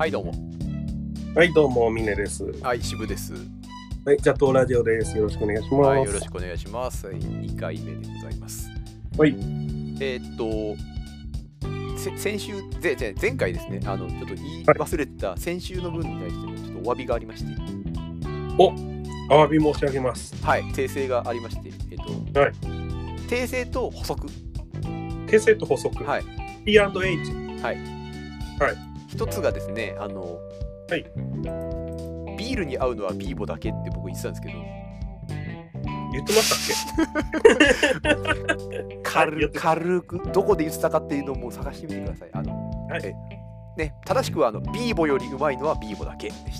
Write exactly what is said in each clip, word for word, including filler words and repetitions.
はいどうも。 はいどうもミネです。 はい、渋です。 はい、ジャトーラジオです。よろしくお願いします。 はい、よろしくお願いします。にかいめでございます。 はい。 えー、っと先週ぜぜ前回ですね、あのちょっと言い忘れてた先週の分に対してのちょっとお詫びがありまして。 お、お詫び申し上げます。 はい、訂正がありまして、えー、っと、 はい。 訂正と補足。 訂正と補足。 はい。 P and H。 はい。 はい。 一つがですね、あの、 はい。 ビールに合うのはビーボだけって僕言ってたんですけど。 言ってましたっけ軽, 軽くどこで言ってたかっていうのをもう探してみてください。あの、はい、えね、正しくはあのビーボよりうまいのはビーボだけでした。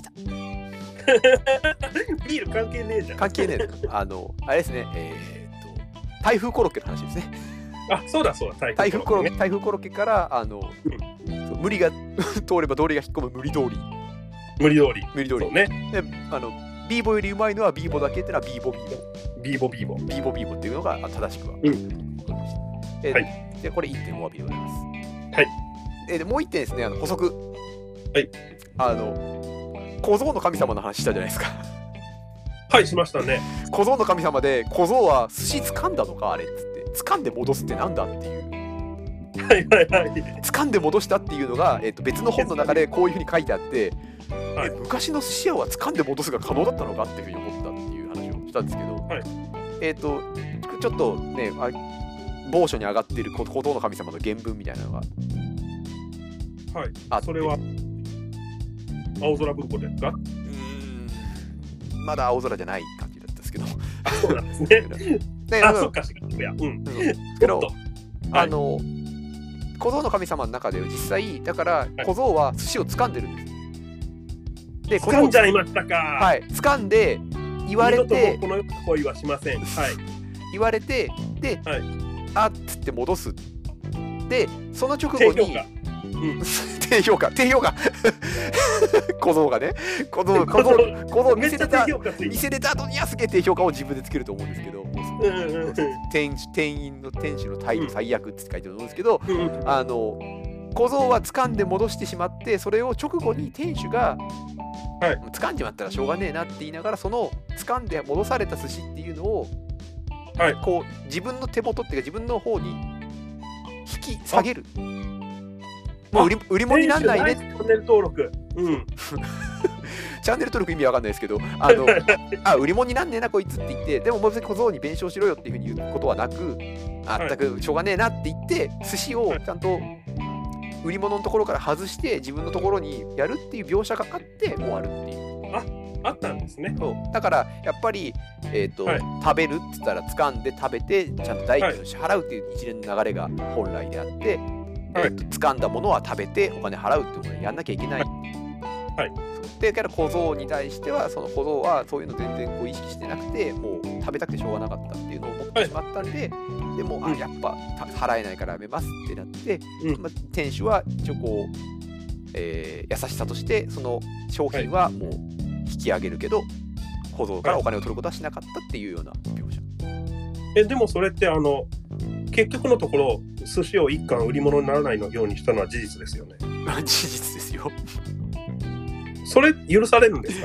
ビール関係ねえじゃん。 関係ねえあのあれですね、えー、っと台風コロッケの話ですね。 あ、そうだそうだ、 台風コロッケ、ね、台風コロッケからあの、うん、そう無理が通れば道理が引っ込む無理通り。 無理通り。 無理通り。 そうね。 で、あのビーボよりうまいのはビーボだけってのはビーボビーボ。 ビーボビーボ。 ビーボビーボっていうのが正しくは。 うん。 えーはい。 で、これいってんお詫びでございます。 はい。 えー、でもういってんですね、あの補足。 はい。 あの、小僧の神様の話したじゃないですか。 はい、しましたね。 小僧の神様で、小僧は寿司掴んだのかあれっつって。掴んで戻すってなんだっていう。 はいはいはい。 掴んで戻したっていうのが、えー、と別の本の中でこういうふうに書いてあって、はい、え昔の寿司屋は掴んで戻すが可能だったのかっていうふうに思ったっていう話をしたんですけど、 はい、 えっ、ー、とちょっとねあ某所に上がっている小僧の神様の原文みたいなのがはいあそれは青空文庫ですか？うーんまだ青空じゃない感じだったんですけどあそうなんですねねあそっかしかやうんけどあの、はい、小僧の神様の中では実際だから小僧は寿司を掴んでるんです。 で掴んじゃいましたか。 はい、掴んで言われてこの行為はしません。はい。 言われてで、はい、あっつって戻す。でその直後に低評価。うん、 低評価低評価小僧がね小僧小僧小僧見せれた見せれた後にはすげえ低評価を自分でつけると思うんですけど、店店員の店主の態度最悪って書いてると思うんですけど、うん、あの小僧は掴んで戻してしまってそれを直後に店主がはい、掴んじまったらしょうがねえなって言いながらその掴んで戻された寿司っていうのを、はい、こう自分の手元っていうか自分の方に引き下げる。もう売り売り物にならないね。 チャンネル登録、うん、 チャンネル登録意味わかんないですけどあのあ売り物になんねえなこいつって言ってでも別に小僧に弁償しろよっていうふうに言うことはなくあったくしょうがねえなって言って寿司をちゃんと、はい売り物のところから外して自分のところにやるっていう描写があって終わるっていうああったんですね。 そうだからやっぱり、えーとはい、食べるって言ったら掴んで食べてちゃんと代金を支払うっていう一連の流れが本来であって、はいえーと、掴んだものは食べてお金払うっていうのをやんなきゃいけない、はい、でだから小僧に対してはその小僧はそういうの全然こう意識してなくてもう食べたくてしょうがなかったっていうのを思ってしまったんで、はい、でも、うん、あやっぱ払えないからやめますってなって、うんまあ、店主は一応こう、えー、優しさとしてその商品はもう引き上げるけど、はい、小僧からお金を取ることはしなかったっていうような描写。 えでもそれってあの結局のところ寿司を一貫売り物にならないようにしたのは事実ですよね。 事実ですよ。 それ許されるんですか？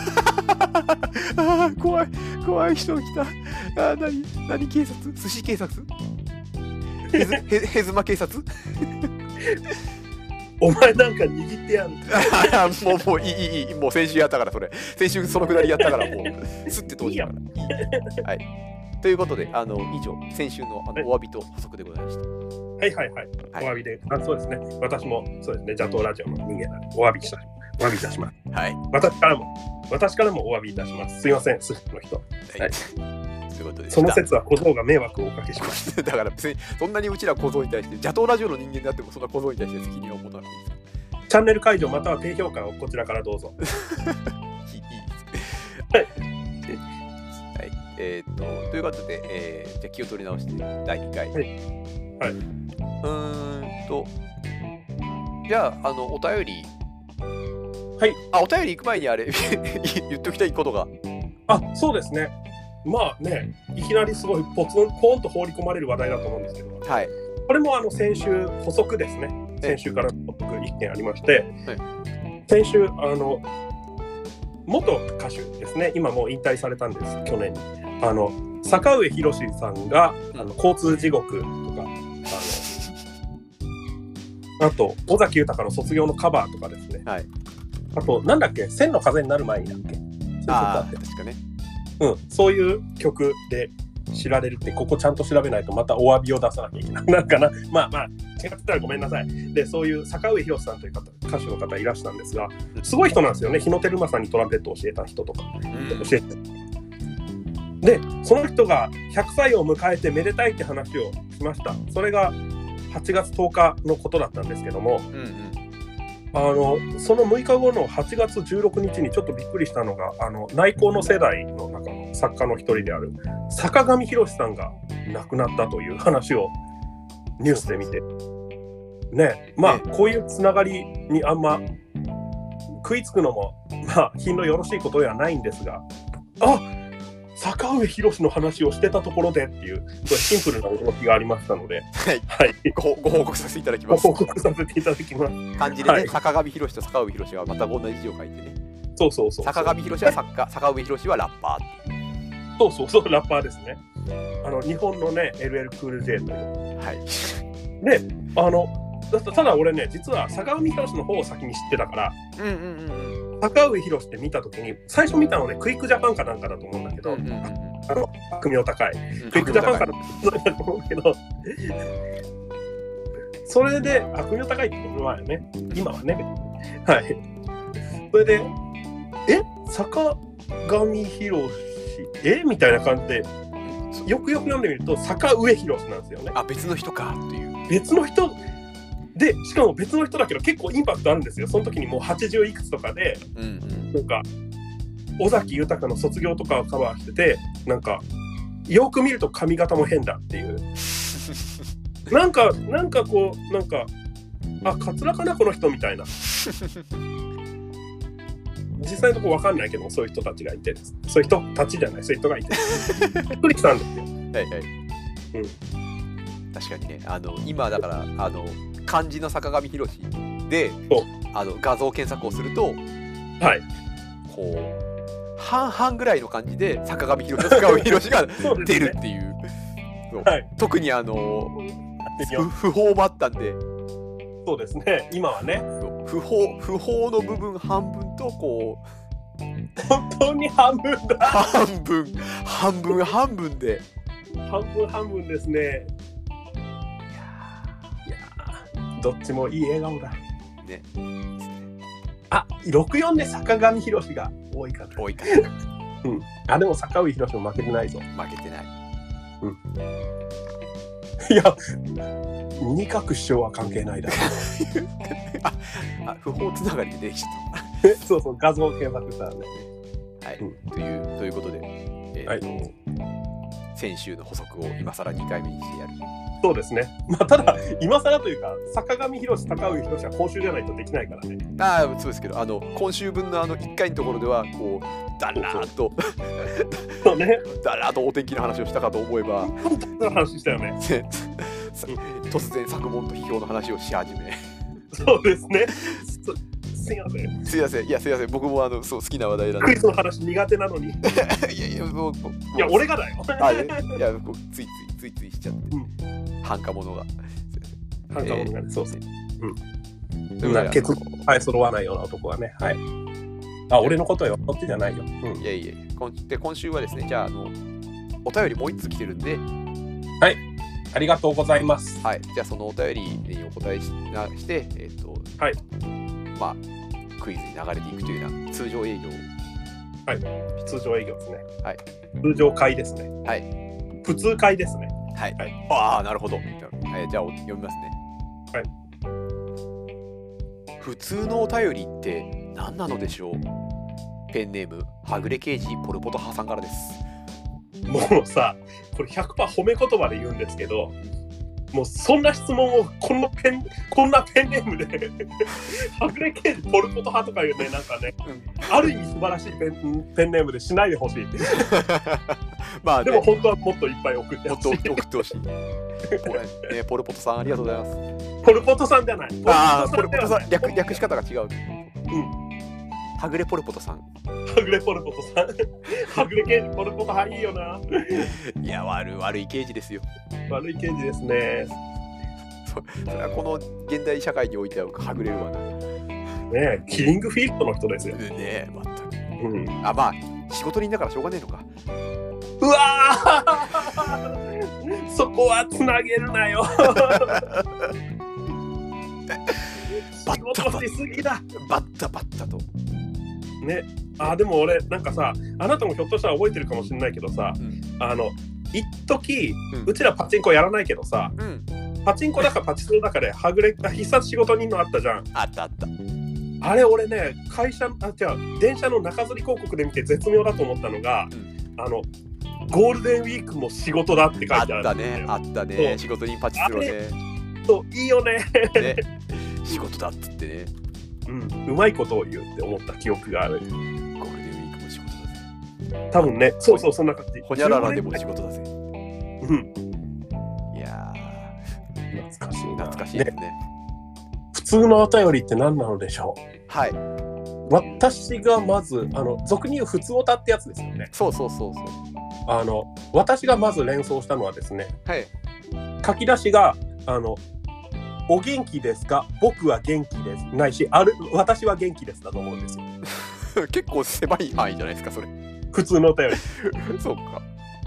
あ怖い怖い人来た。あ何何警察？寿司警察？へずへへずま警察？ お前なんか握ってやる。 もうもういいいいいいもう先週やったからそれ先週そのくだりやったからもうすって通したから。はい。ということであの以上先週のあのお詫びと補足でございました。 はいはいはい。はい、お詫びであそうですね。私もそうですね。ジャトーラジオの人間なんでお詫びしたお詫びいたします。 はい。 私からも私からもお詫びいたします。すいません寿司の人。はい。はいということでその説は小僧が迷惑をおかけしました。 だから別にそんなにうちら小僧に対してジャトーラジオの人間であってもそんな小僧に対して責任を持たなくていいですか？ チャンネル解除または低評価をこちらからどうぞ。いいですはい。はいえー、っとということで、えー、じゃあ気を取り直してだいにかい。はい。はい、うーんとじゃああのお便り。 はい。 あお便り行く前にあれ言っときたいことが。 あそうですね。まあね、いきなりすごいポツンポンと放り込まれる話題だと思うんですけど、はい、これもあの先週補足ですね。 先週から僕一件ありまして、 はい、 先週あの元歌手ですね、今もう引退されたんです、去年に。あの坂上宏さんが、うん、あの交通地獄とか、あのあと尾崎豊の卒業のカバーとかですね、はい、あとなんだっけ、千の風になる前にだっけ、 ああ確かね、 うん、そういう曲で知られるって、ここちゃんと調べないとまたお詫びを出さなきゃいけないなんかな、まあまあ違ってたらごめんなさい。で、そういう坂上宏さんという方、歌手の方いらしたんですが、すごい人なんですよね。日野照正にトランペットを教えた人とか、うん、教えて。で、その人がひゃくさいを迎えてめでたいって話をしました。それがはちがつとおかのことだったんですけども、うんうん、あのそのむいかごのはちがつじゅうろくにちにちょっとびっくりしたのが、あの内向の世代の中の作家の一人である坂上宏さんが亡くなったという話をニュースで見てね、まあこういうつながりにあんま食いつくのもまあ品のよろしいことではないんですが、あ、坂上宏の話をしてたところでっていうシンプルな驚きがありましたので、 はい、はい、ご, ご報告させていただきます。 ご報告させていただきます。 漢字でね、はい、坂上宏と坂上宏がまた同じ字を書いてね。 そうそうそう。 坂上宏は作家、坂上宏はラッパーっていう。 そうそうそう、ラッパーですね。あの日本のね エルエル クール J という。はい。で、あのただ俺ね、実は坂上宏の方を先に知ってたから、うんうんうん、坂上宏って見たときに最初見たのね、クイックジャパンかなんかだと思うんだけど、うんうんうん、あの悪名高い、うん、クイックジャパンかなんかだと思うんだけど、それで悪名高いってことはね、今はね、はい。それでえ坂上宏えみたいな感じで、よくよく読んでみると坂上宏なんですよね。 あ、別の人かっていう。 別の人で、しかも別の人だけど結構インパクトあるんですよ。その時にもうはちじゅういくつとかで、うんうん、なんか尾崎豊の卒業とかをカバーしてて、なんかよく見ると髪型も変だっていうなんかなんかこうなんかあ、カツラかなこの人みたいな実際のとこ分かんないけど、そういう人たちがいて、そういう人たちじゃない、そういう人がいてびっくりしたんですよ。はいはい、 うん、確かにね、あの今だからあの漢字の坂上宏であの画像検索をすると、はい、こう半々ぐらいの感じで坂上宏と坂上宏が出るっていう、そう、はい、特にあの不法もあったんで、 そうですね、今はね、 不法不法の部分半分とこう本当に半分だ半分半分半分で半分半分ですね。どっちもいい笑顔だね。あ、ろくじゅうよんで坂上宏が多いかな。 多いかな。 うん。あ、でも坂上宏も負けてないぞ。 負けてない。 うん。いや、二角師匠は関係ないだろう。 あ、あ、不法つながりでできちゃった。そうそう、画像検索したんでね。 はい、うん。というということで、えーはい、先週の補足を今更にかいめにしてやる。 そうですね。まあただ今更というか、坂上宏、坂上宏は今週じゃないとできないからね。 ああ、そうですけど、あの今週分のあのいっかいのところではこうだらーっとそうね、 だらーっとお天気の話をしたかと思えば、 本当の話したよね。 突然作文と批評の話をし始め。 そうですね。すいません。 すいません。いやすいません。僕もあのそう好きな話題なんで。 クイズの話苦手なのに。いやいやもういや俺がだよ。 あれいやこうついついついついしちゃって。うん繁華物が。 繁華物がね、そうですね。うん。そんなケツはい揃わないような男はね。はい。あ、俺のことよ。こっちじゃないよ。 うん、いやいや今で今週はですね、じゃああのお便りもう一つ来てるんで。 はい。ありがとうございます。 はい。じゃあそのお便りにお答えしなしてえっとはい。まあクイズに流れていくというような通常営業。 はい。通常営業ですね。 はい。 通常会ですね。 はい。 普通会ですね。 はい、はい、ああなるほど、はい、じゃあ読みますね。はい。普通のお便りって何なのでしょう。ペンネームはぐれ刑事ポルポト派さんからです。 もうさ、これ ひゃくパーセント 褒め言葉で言うんですけど、もうそんな質問をこのペンこんなペンネームではぐれ刑事ポルポト派とかいうね、なんかね、うん、ある意味素晴らしいペン、ペンネームでしないでほしいまあ、ね、でも本当はもっといっぱい送ってほしい。 もっと送ってほしい。ね、ポルポトさんありがとうございます。 ポルポトさんじゃない。 ああ、ポルポトさん、 ではない略略し方が違う。 うん。 はぐれポルポトさん。 はぐれポルポトさん。はぐれ刑事ポルポトはいいよな。 いや、悪悪い刑事ですよ。 悪い刑事ですね。 そそれはこの現代社会においてははぐれるわな。 ねえ、キリングフィールドの人ですよ。 ねえ、まったく。 うん。 あ、まあ、仕事人だからしょうがねえのか。 うわーそこはつなげるなよ。仕事しすぎだ。 バッタバッタと。 ね。あ、でも俺なんかさ、あなたもひょっとしたら覚えてるかもしれないけどさ、 うん、 あの一時、 うん、 うちらパチンコやらないけどさ、 うん、 パチンコだかパチスロだかではぐれが必殺仕事人のあったじゃん。 あったあった。 あれ俺ね、会社あじゃあ電車の中吊り広告で見て絶妙だと思ったのが、うん、あのゴールデンウィークも仕事だって書いてある。 あったね、あったね。仕事人パチスロね。 そういいよね。 ね、仕事だっつってね。 うん、うまいことを言うって思った記憶がある。 ゴールデンウィークも仕事だぜ。 多分ね、そうそう、そんな感じ。 ほにゃららでも仕事だぜ。うん。いやー、懐かしいな。 懐かしいですね。 普通のお便りって何なのでしょう。 はい。 私がまず、あの、俗に言う普通オタってやつですよね。 そうそうそうそう。 あの、私がまず連想したのはですね、 はい。 書き出しが、あの、お元気ですか？僕は元気です。ないし、ある、私は元気ですだと思うんですよ。 結構狭い範囲じゃないですか、それ。 普通のお便り。 そうか。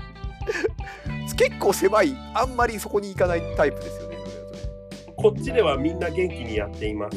結構狭い、あんまりそこに行かないタイプですよね。 こっちではみんな元気にやっています。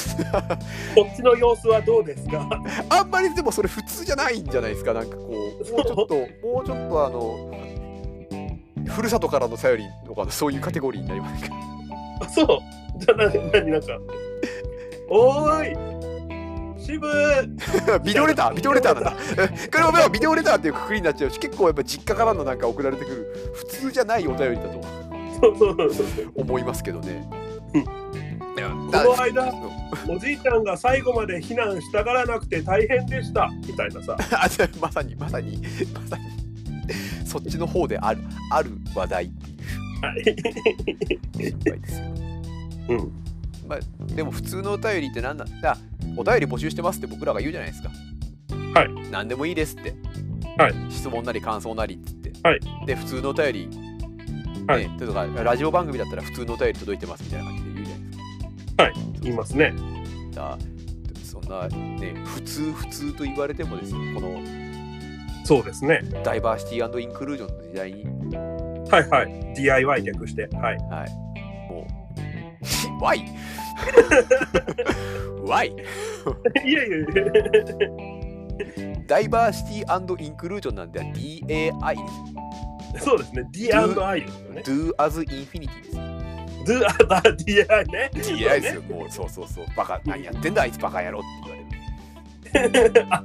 こっちの様子はどうですか？ あんまりでもそれ普通じゃないんじゃないですか。なんかこう、もうちょっと、もうちょっとあの、ふるさとからの便りとかそういうカテゴリーになりますか。 あ、そう。じゃあな、なになんか、おーい渋ビデオレタービデオレターなんだ。これはビデオレターっていうくくりになっちゃうし、結構やっぱ実家からのなんか送られてくる普通じゃないお便りだと思いますけどね。 この間、おじいちゃんが最後まで避難したがらなくて大変でしたみたいなさ。 まさにまさにまさにそっちの方であるある話題っていう。はい。心配ですよ。うん。まあでも普通のお便りって何なんだ。お便り募集してますって僕らが言うじゃないですか。 はい。 何でもいいですって。はい。質問なり感想なりって言って。はい。で普通のお便り。はい。ね、例えばラジオ番組だったら普通のお便り届いてますみたいな感じで言うじゃないですか。 はい。言いますね。 だそんなね普通普通と言われてもですよ、このそうですね。 ダイバーシティ&インクルージョンの時代に。 はいはい。ディーアイワイ 略して。はい。 はい。もう。Why? Why? いやいやいや。 ダイバーシティ&インクルージョンなんでは ディーエーアイ ですよ。 そうですね。ディーアンドアイ ですよね。 Do as infinity ですよ。 Do as ディーエーアイ ね。 ディーエーアイ ですよ。もうそうそうそう。バカ、何やってんだあいつバカ野郎って言われる。 あった。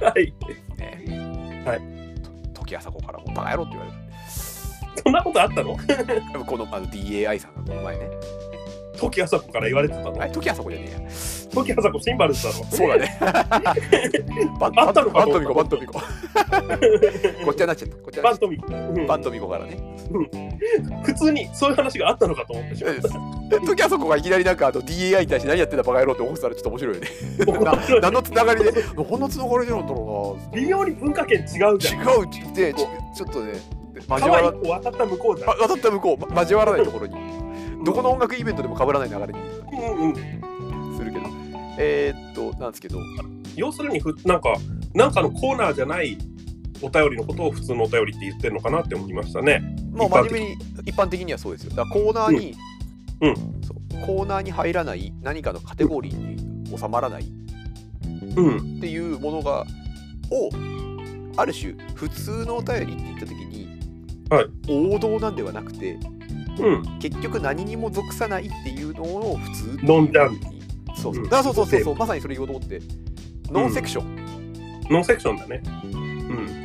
はい。 ね。 はい。 時あさこからもバカ野郎って言われる。 そんなことあったの？ このあの ディーエーアイ さんがこの前ね。 時あさこから言われてたの？ はい、時あさこじゃねえや。 時あさこシンバルズだろ。 そうだね。 バンあったのかバントミコバントミコ。こっちはなっちゃった。こっちはバントミコ。 バントミコからね。 普通にそういう話があったのかと思ってしまった。 時あそこがいきなりなんかあの ディーエーアイ に対して何やってんだバカ野郎って思ってたらちょっと面白いよね。何のつながりで、こんなつながりなんだろうな。 微妙に文化圏違うじゃん。 違うってちょっとね。 交わら渡った向こうじゃん。 渡った向こう、交わらないところに。どこの音楽イベントでも被らない流れにするけど。えー、っと、なんですけど。 要するにふ、なんか、なんかのコーナーじゃないお便りのことを普通のお便りって言ってるのかなって思いましたね。 もう真面目に、一般的にはそうですよ。だからコーナーに、うんうん、そうコーナーに入らない何かのカテゴリーに収まらない、うん、っていうものが、を、ある種、普通のお便りって言ったときに、はい、王道なんではなくて、うん、結局何にも属さないっていうのを普通ノンジャンルにそうそう、うん、そうそうそうそうまさにそれ言おうと思ってノンセクション、うん、 ノンセクションだね、うん、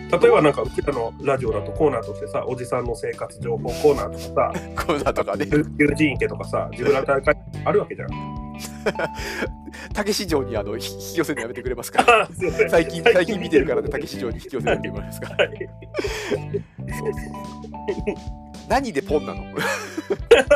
例えばなんかうちらのラジオだとコーナーとしてさおじさんの生活情報コーナーとかさコーナーとかね友人池とかさジブラルター海あるわけじゃんたけし城にあの引き寄せるのやめてくれますか最近最近見てるからねたけし城に引き寄せるのやめてくれますか、はい、そうそう何でポンなの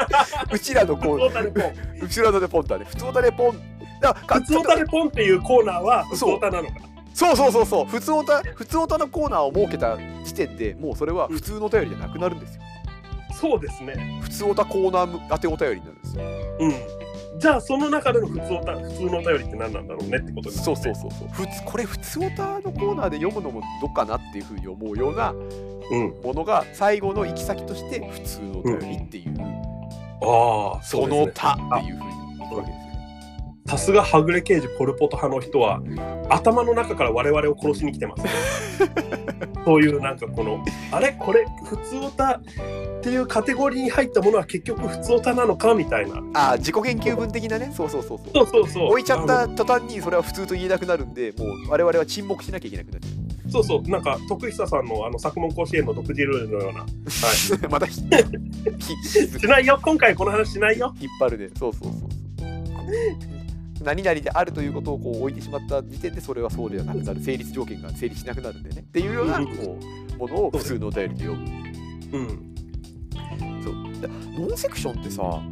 うちらのコーナ普通オタレポンー、うちらのレポンタね、普通オタレポン。だから普通オタレポンっていうコーナーは普通オタなのか。 そうそうそうそう、普通オタ、普通オタのコーナーを設けた時点でもうそれは普通のお便りじゃなくなるんですよ。 そうですね。 普通オタコーナー当てお便りになるんですよ。 うん。じゃあその中での普通オタ、普通のお便りって何なんだろうねってことですね。 そうそうそうそう。普通これ普通オタのコーナーで読むのもどっかなっていうふうに思うようなものが最後の行き先として普通のお便りっていう、うん、 ああ、 その他っていうふうにいくわけですよね。 さすがはぐれ刑事ポルポト派の人は頭の中から我々を殺しに来てますね。そういうなんかこのあれこれ普通オタっていうカテゴリーに入ったものは結局普通オタなのかみたいな。 ああ、自己研究文的なね。そうそうそうそう。 そうそうそう。 置いちゃった途端にそれは普通と言えなくなるんで、もう我々は沈黙しなきゃいけなくなっちゃう。 そうそう、なんか徳久さんのあの作問甲子園の独自ルールのような。はい。 またひしないよ。今回この話しないよ。 引っ張るで。そうそうそう。何々であるということをこう置いてしまった時点でそれはそうではなくなる、成立条件が成立しなくなるんでねっていうようなこうものを普通のお便りで読む。 うん。 そう。ノンセクションってさ、 はい。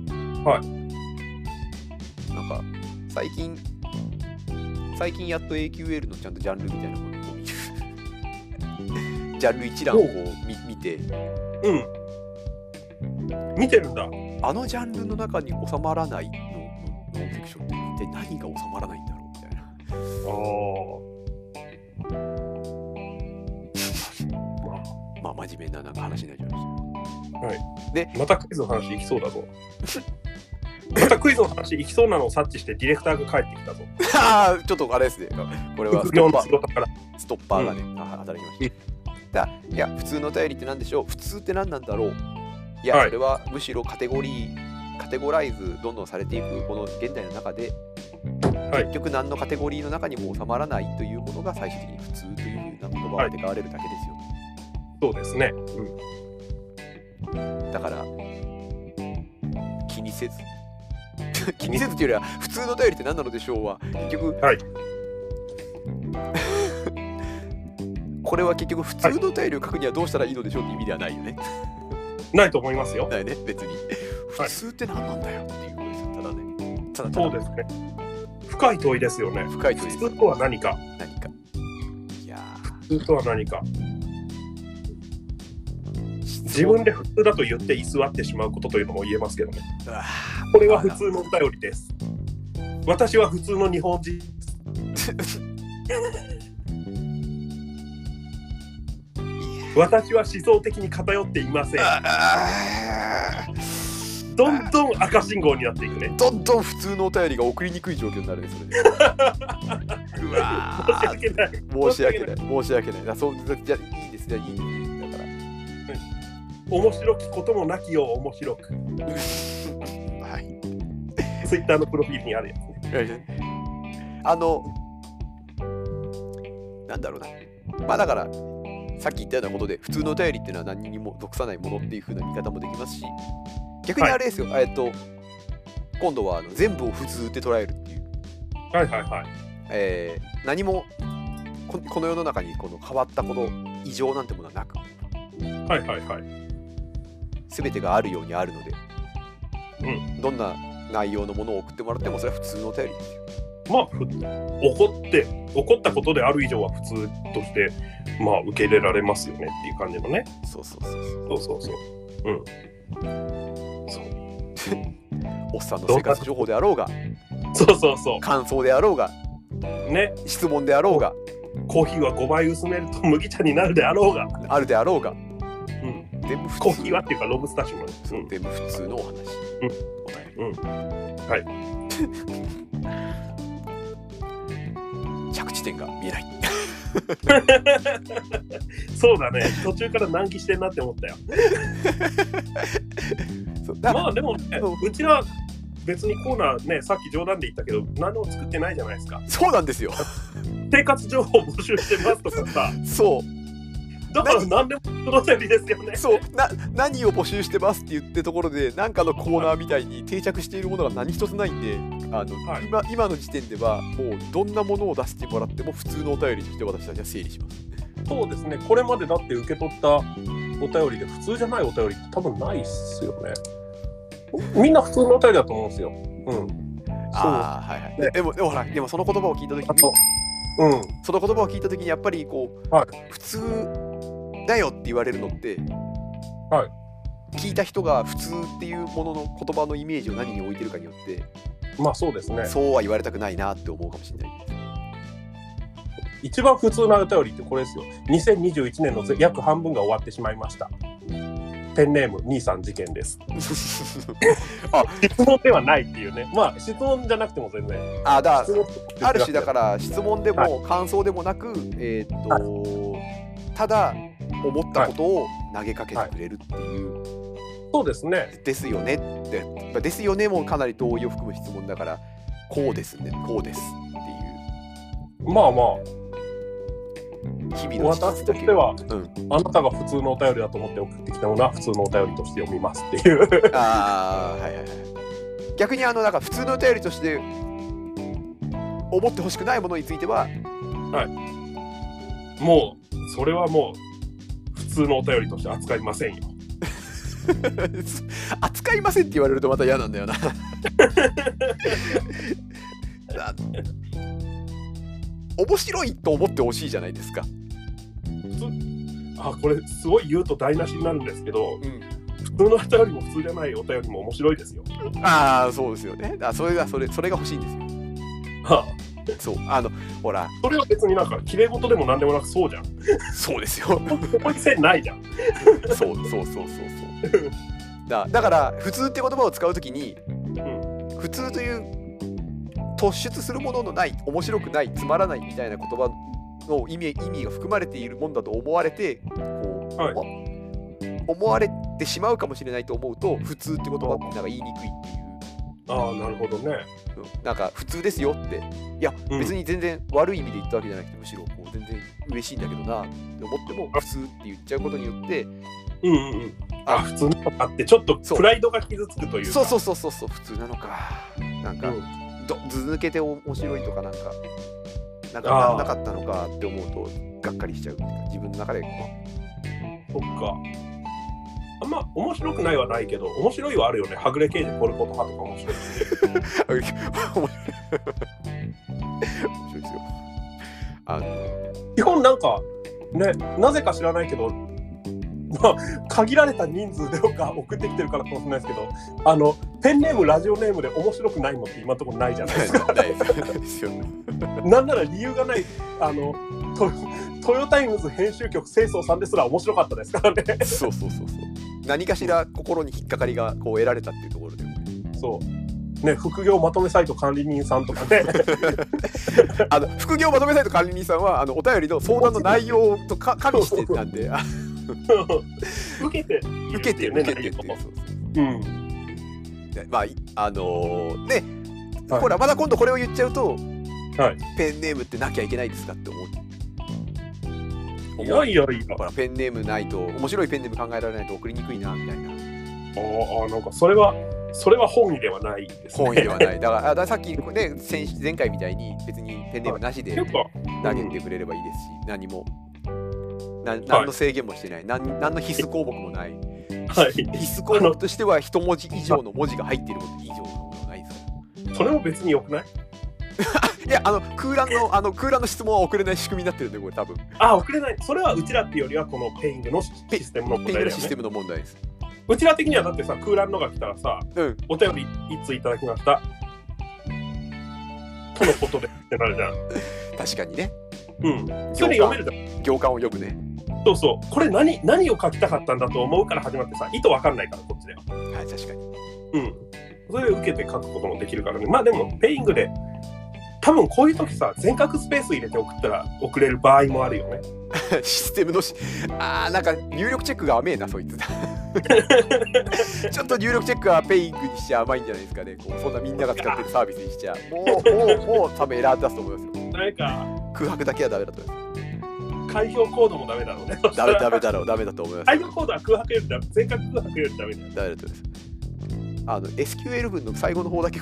なんか最近最近やっと エーキューエル のちゃんとジャンルみたいなものを見る。ジャンル一覧をこう 見, 見て。 うん。見てるんだ。 あのジャンルの中に収まらないのノンセクションって一体何が収まらないんだろうみたいな。ああ。まあ真面目ななんか話になっちゃいました。 はい。 で、 またクイズの話いきそうだぞ。またクイズの話いきそうなのを察知してディレクターが帰ってきたぞ。 ああ、ちょっとあれですね。これはストッパーストッパーがね、うん、働きました。だいや、普通のお便りって何でしょう。普通って何なんだろう。いや、はい、それはむしろカテゴリーカテゴライズどんどんされていくこの現代の中で、はい、結局何のカテゴリーの中にも収まらないというものが最終的に普通というふうな言葉を使われるだけですよ。 はい、そうですね。 うん、だから気にせず気にせずというよりは普通のお便りって何なのでしょうは結局、はい、これは結局普通のお便りを書くにはどうしたらいいのでしょうって意味ではないよね。 ないと思いますよ。 ないね、別に。普通って何なんだよっていうことですよ。ただね。ただただそうですね。深い問いですよね。 深い問いです。 普通とは何か。 何か。いや普通とは何か。自分で普通だと言って居座ってしまうことというのも言えますけどね。これは普通のお便りです。私は普通の日本人。私は思想的に偏っていません。どんどん赤信号になっていくね。 どんどん普通のお便りが送りにくい状況になるね、それで。うわ申し訳ない。 申し訳ない。申し訳ない。だそうじゃいいですね、いいですだから。 面白きこともなきよう面白く。 はい。 ツイッターのプロフィールにあるやつね。 あの、なんだろうな。まあだから。さっき言ったようなことで普通のお便りっていうのは何にも属さないものっていう風な見方もできますし、逆にあれですよ、はい、えっと今度はあの全部を普通って捉えるっていう、 はいはいはい、 えー、何も こ, この世の中にこの変わったこと異常なんてものはなく、 はいはいはい、 全てがあるようにあるので、 うん、 どんな内容のものを送ってもらってもそれは普通のお便りですよ。 まあふ起こって起こったことである以上は普通としてまあ受け入れられますよねっていう感じのね。 そうそうそうそうそうそううんそうおっさんの生活情報であろうがそうそうそう感想であろうがね質問であろうがコーヒーはごばい薄めると麦茶になるであろうがあるであろうが、うんうん、全部普通コーヒーはっていうかロブスタッシュの、 うん、全部普通のお話、うん、お便り、 うん、はい着地点が見えないそうだね途中から難儀してんなって思ったよまあでもねうちは別にコーナーねさっき冗談で言ったけど何も作ってないじゃないですか。 そうなんですよ生活情報募集してますとかさそうだから何でもその便りですよね。 そうな何を募集してますって言ってところで何かのコーナーみたいに定着しているものが何一つないんであの、はい、今, 今の時点ではもうどんなものを出してもらっても普通のお便りとして私たちは整理します。 そうですねこれまでだって受け取ったお便りで普通じゃないお便りって多分ないっすよね。 みんな普通のお便りだと思うんですよ。うん。 ああ、はいはい。ででも、でもほら、でもその言葉を聞いたときに、 うん、 その言葉を聞いたときに、やっぱりこう、 はい、 普通だよって言われるのって、 はい、 聞いた人が普通っていうものの言葉のイメージを何に置いてるかによって、 まあそうですね。 そうは言われたくないなって思うかもしれないです。 一番普通なお便りってこれですよ。にせんにじゅういちねんの約半分が終わってしまいました。ペンネーム兄さん事件です。あ、質問ではないっていうね。まあ質問じゃなくても全然。 あ、だある種だから質問でも感想でもなく、はい、えー、っと、はい、ただ思ったことを投げかけてくれるっていう。はいはい、 そうですね。 ですよねって、ですよねもかなり同意を含む質問だから、こうですね、こうですっていう。まあまあ。日々の私としては、うん、あなたが普通のお便りだと思って送ってきたものは普通のお便りとして読みますっていう。 ああ、はいはいはい。逆にあのなんか普通のお便りとして思ってほしくないものについては、 はい、もうそれはもう普通のお便りとして扱いませんよ。 扱いませんって言われるとまた嫌なんだよな。面白いと思ってほしいじゃないですか。 あ、これすごい言うと台無しになるんですけど、うん、普通のお便りも普通じゃないお便りも面白いですよ。 ああ、そうですよね。あ、それがそれそれが欲しいんですよ。はあ、そう、あのほら、 それは別になんか綺麗事でもなんでもなくそうじゃん。 そうですよ。 ここに線ないじゃん。 そうそうそうそうそう。だだから普通って言葉を使うときに、うん、普通という突出するもののない、面白くない、つまらないみたいな言葉の意味、意味が含まれているもんだと思われて、こう、はい、思われてしまうかもしれないと思うと、普通って言葉ってなんか言いにくいっていう。 ああ、なるほどね。 うん、なんか普通ですよって、いや、うん、別に全然悪い意味で言ったわけじゃなくて、むしろこう全然嬉しいんだけどなって思っても、普通って言っちゃうことによって、 うんうんうん、あ、普通なのかってちょっとプライドが傷つくというか。 そうそうそうそうそう、普通なのか。なんか。うん、ず抜けて面白いとかなんかなんかなかったのかって思うとがっかりしちゃうっていうか、自分の中でそっか、あんま面白くないはないけど面白いはあるよね。はぐれ刑事ポルポト派とか面白い面白いですよ。あの基本なんかね、なぜか知らないけど、まあ、限られた人数でか送ってきてるからかもしれないですけど、あのペンネームラジオネームで面白くないのって今のところないじゃないですか。ないですよ。なんなら理由がない、あの ト, トヨタイムズ編集局清掃さんですら面白かったですからね。 そうそうそうそう。何かしら心に引っかかりがこう得られたっていうところで、 そうね、副業まとめサイト管理人さんとかね。 あの副業まとめサイト管理人さんはあのお便りの相談の内容とか加味してたんで。 受けて受けて受けてっていう、うん、まああのー、ね、はい、ほらまだ今度これを言っちゃうと、はい、ペンネームってなきゃいけないですかって思う。 いやいやいや、 ほらペンネームないと面白いペンネーム考えられないと送りにくいなみたいな。 ああ、なんかそれはそれは本意ではないですね。 本意ではない。だから、だからさっきね、前回みたいに別にペンネームなしで投げてくれればいいですし、うん、何も。何の制限もしてない、はい、何, 何の必須項目もない、はい、必須項目としては一文字以上の文字が入っていること以上のものはないですから。それも別によくない？ いや、あの空欄のあの空欄の質問は送れない仕組みになってるんで、これ多分。 あ、送れない。それはうちらっていうよりはこのペイングのシステムの問題だよね。 ペイングのシステムの問題です。 うちら的にはだってさ、空欄のが来たらさ、うん、お便りいついただきましたとのことでってなるじゃん。 確かにね。 うん。それ読めるじゃん。 行間を読むね。 そうそう、これ 何, 何を書きたかったんだと思うから始まってさ、意図わかんないからこっちでは。 はい、確かに。 うん。それで受けて書くこともできるからね。まあでもペイングで多分こういう時さ、全角スペース入れて送ったら送れる場合もあるよね。 システムのし、あーなんか入力チェックが甘えなそいつ。ちょっと入力チェックはペイングにしちゃ甘いんじゃないですかね。こうそんなみんなが使ってるサービスにしちゃ、もうもうもう多分エラー出すと思いますよ。 なんか空白だけはダメだと思います。 開票コードもダメだろうね。 ダメダメだろう、ダメだと思います。 開票コードは空白よりダメ、全角空白よりダメだよ。 ダメだと思います。あの エスキューエル 文の最後の方だけコ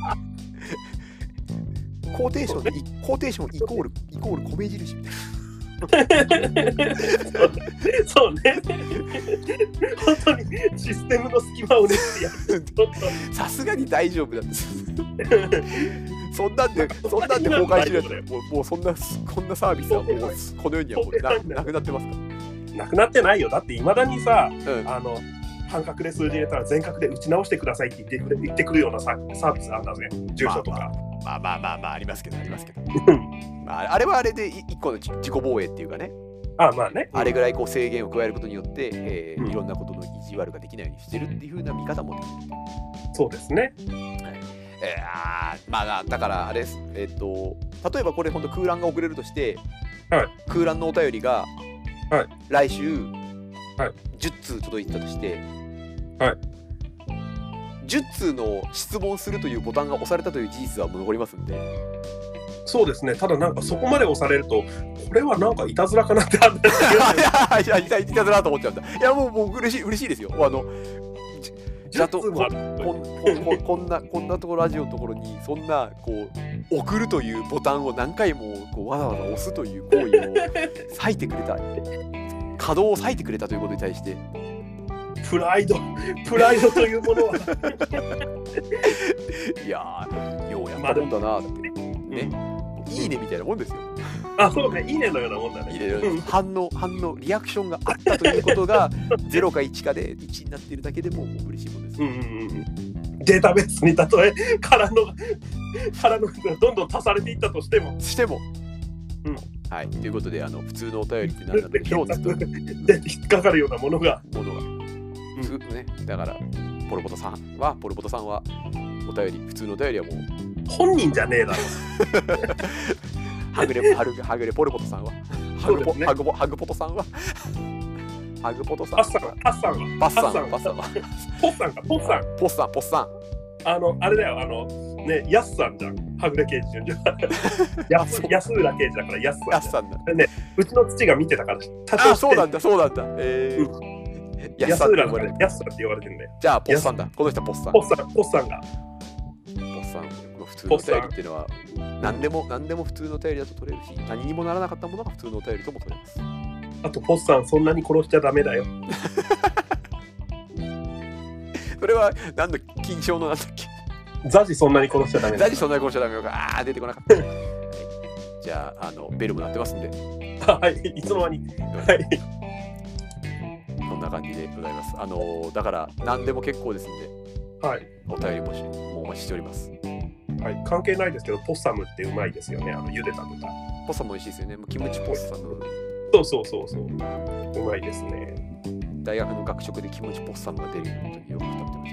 ーテーション、コーテーションイコールイコール米印みたいな。 そうね。本当にシステムの隙間をねってやるとさすがに大丈夫なんです。そんなんで、そんなんで公開しないともう、もうそんな、こんなサービスはもうこの世にはもう な, なくなってますかなくなってないよ。だっていまだにさ、 うん、 あの半角で数字入れたら全角で打ち直してくださいって言ってくれ言ってくるようなサービスあんだぜ。住所とか。 まあまあまあまあありますけどありますけど。まああれはあれで一個の自己防衛っていうかね。 あまあね。 あれぐらいこう制限を加えることによって、えーうん、いろんなことの意地悪ができないようにしてるっていう風な見方もできる。 そうですね。 はい。えー、あまあだからあれです。えっ、ー、と例えばこれ本当空欄が遅れるとして、 はい、 空欄のお便りが、 はい、 来週、 はい、 じゅっつう届いてたとして、 はい、 じゅっつうの質問するというボタンが押されたという事実は残りますんで。 そうですね。ただなんかそこまで押されるとこれはなんかいたずらかなってあったんですけど、 いやいやいたずらと思っちゃうんだ。いやもうもう嬉しい嬉しいですよ。あのじゃとこんこんこんなこんなところラジオのところにそんなこう送るというボタンを何回もこうわざわざ押すという行為を割いてくれた稼働を割いてくれたということに対してプライドプライドというものはいやーようやったもんだなってね、うん、いいねみたいなもんですよ。 あ、そうね、いいねのようなもんだね。 いいね、反応、反応、リアクションがあったということがゼロかいちかでいちになっているだけでも嬉しいものです。 うんうんうん、データベースにたとえからのからのどんどん足されていったとしてもしても、 うん、 はい、ということであの普通のお便りって何なんでしょうって引っかかるようなものがものが、うんね、だからポルポトさんはポルポトさんはお便り普通のお便りはもう本人じゃねえだろ。 はぐれはぐはぐれポルポトさんはハグポ、ね、ハグポハグポトさんはハグポトさんパッサンはパッサンはパッサンパッサンはポッサンかポッサンポッサンポッサンあのあれだよあのねヤスさんじゃんはぐれ刑事順序安安浦刑事だからヤスさんヤスさんだねうちの父が見てたからあそうなんだそうなんだえー、うん、ヤス浦のヤスさんって言われてるんだよ。 じゃあポッサンだこの人ポッサンポッサンポッサンがポッサン普通のお便りっていうのは何でも何でも普通のお便りだと取れるし何にもならなかったものが普通のお便りとも取れます。 あとポッサンそんなに殺しちゃダメだよ。 それは何の金賞のなんだっけザジそんなに殺しちゃダメザジそんなに殺しちゃダメよかあー出てこなかった、はい、じゃああのベルも鳴ってますんではいいつの間にはいこんな感じでございます。あのー、だから何でも結構ですんではいお便り募集もお待ちしております。 はい、関係ないですけど、ポッサムってうまいですよね、あの茹でた豚。 ポッサム美味しいですよね。キムチポッサム。 そうそうそうそう。うまいですね。 大学の学食でキムチポッサムが出るようによく食べてました。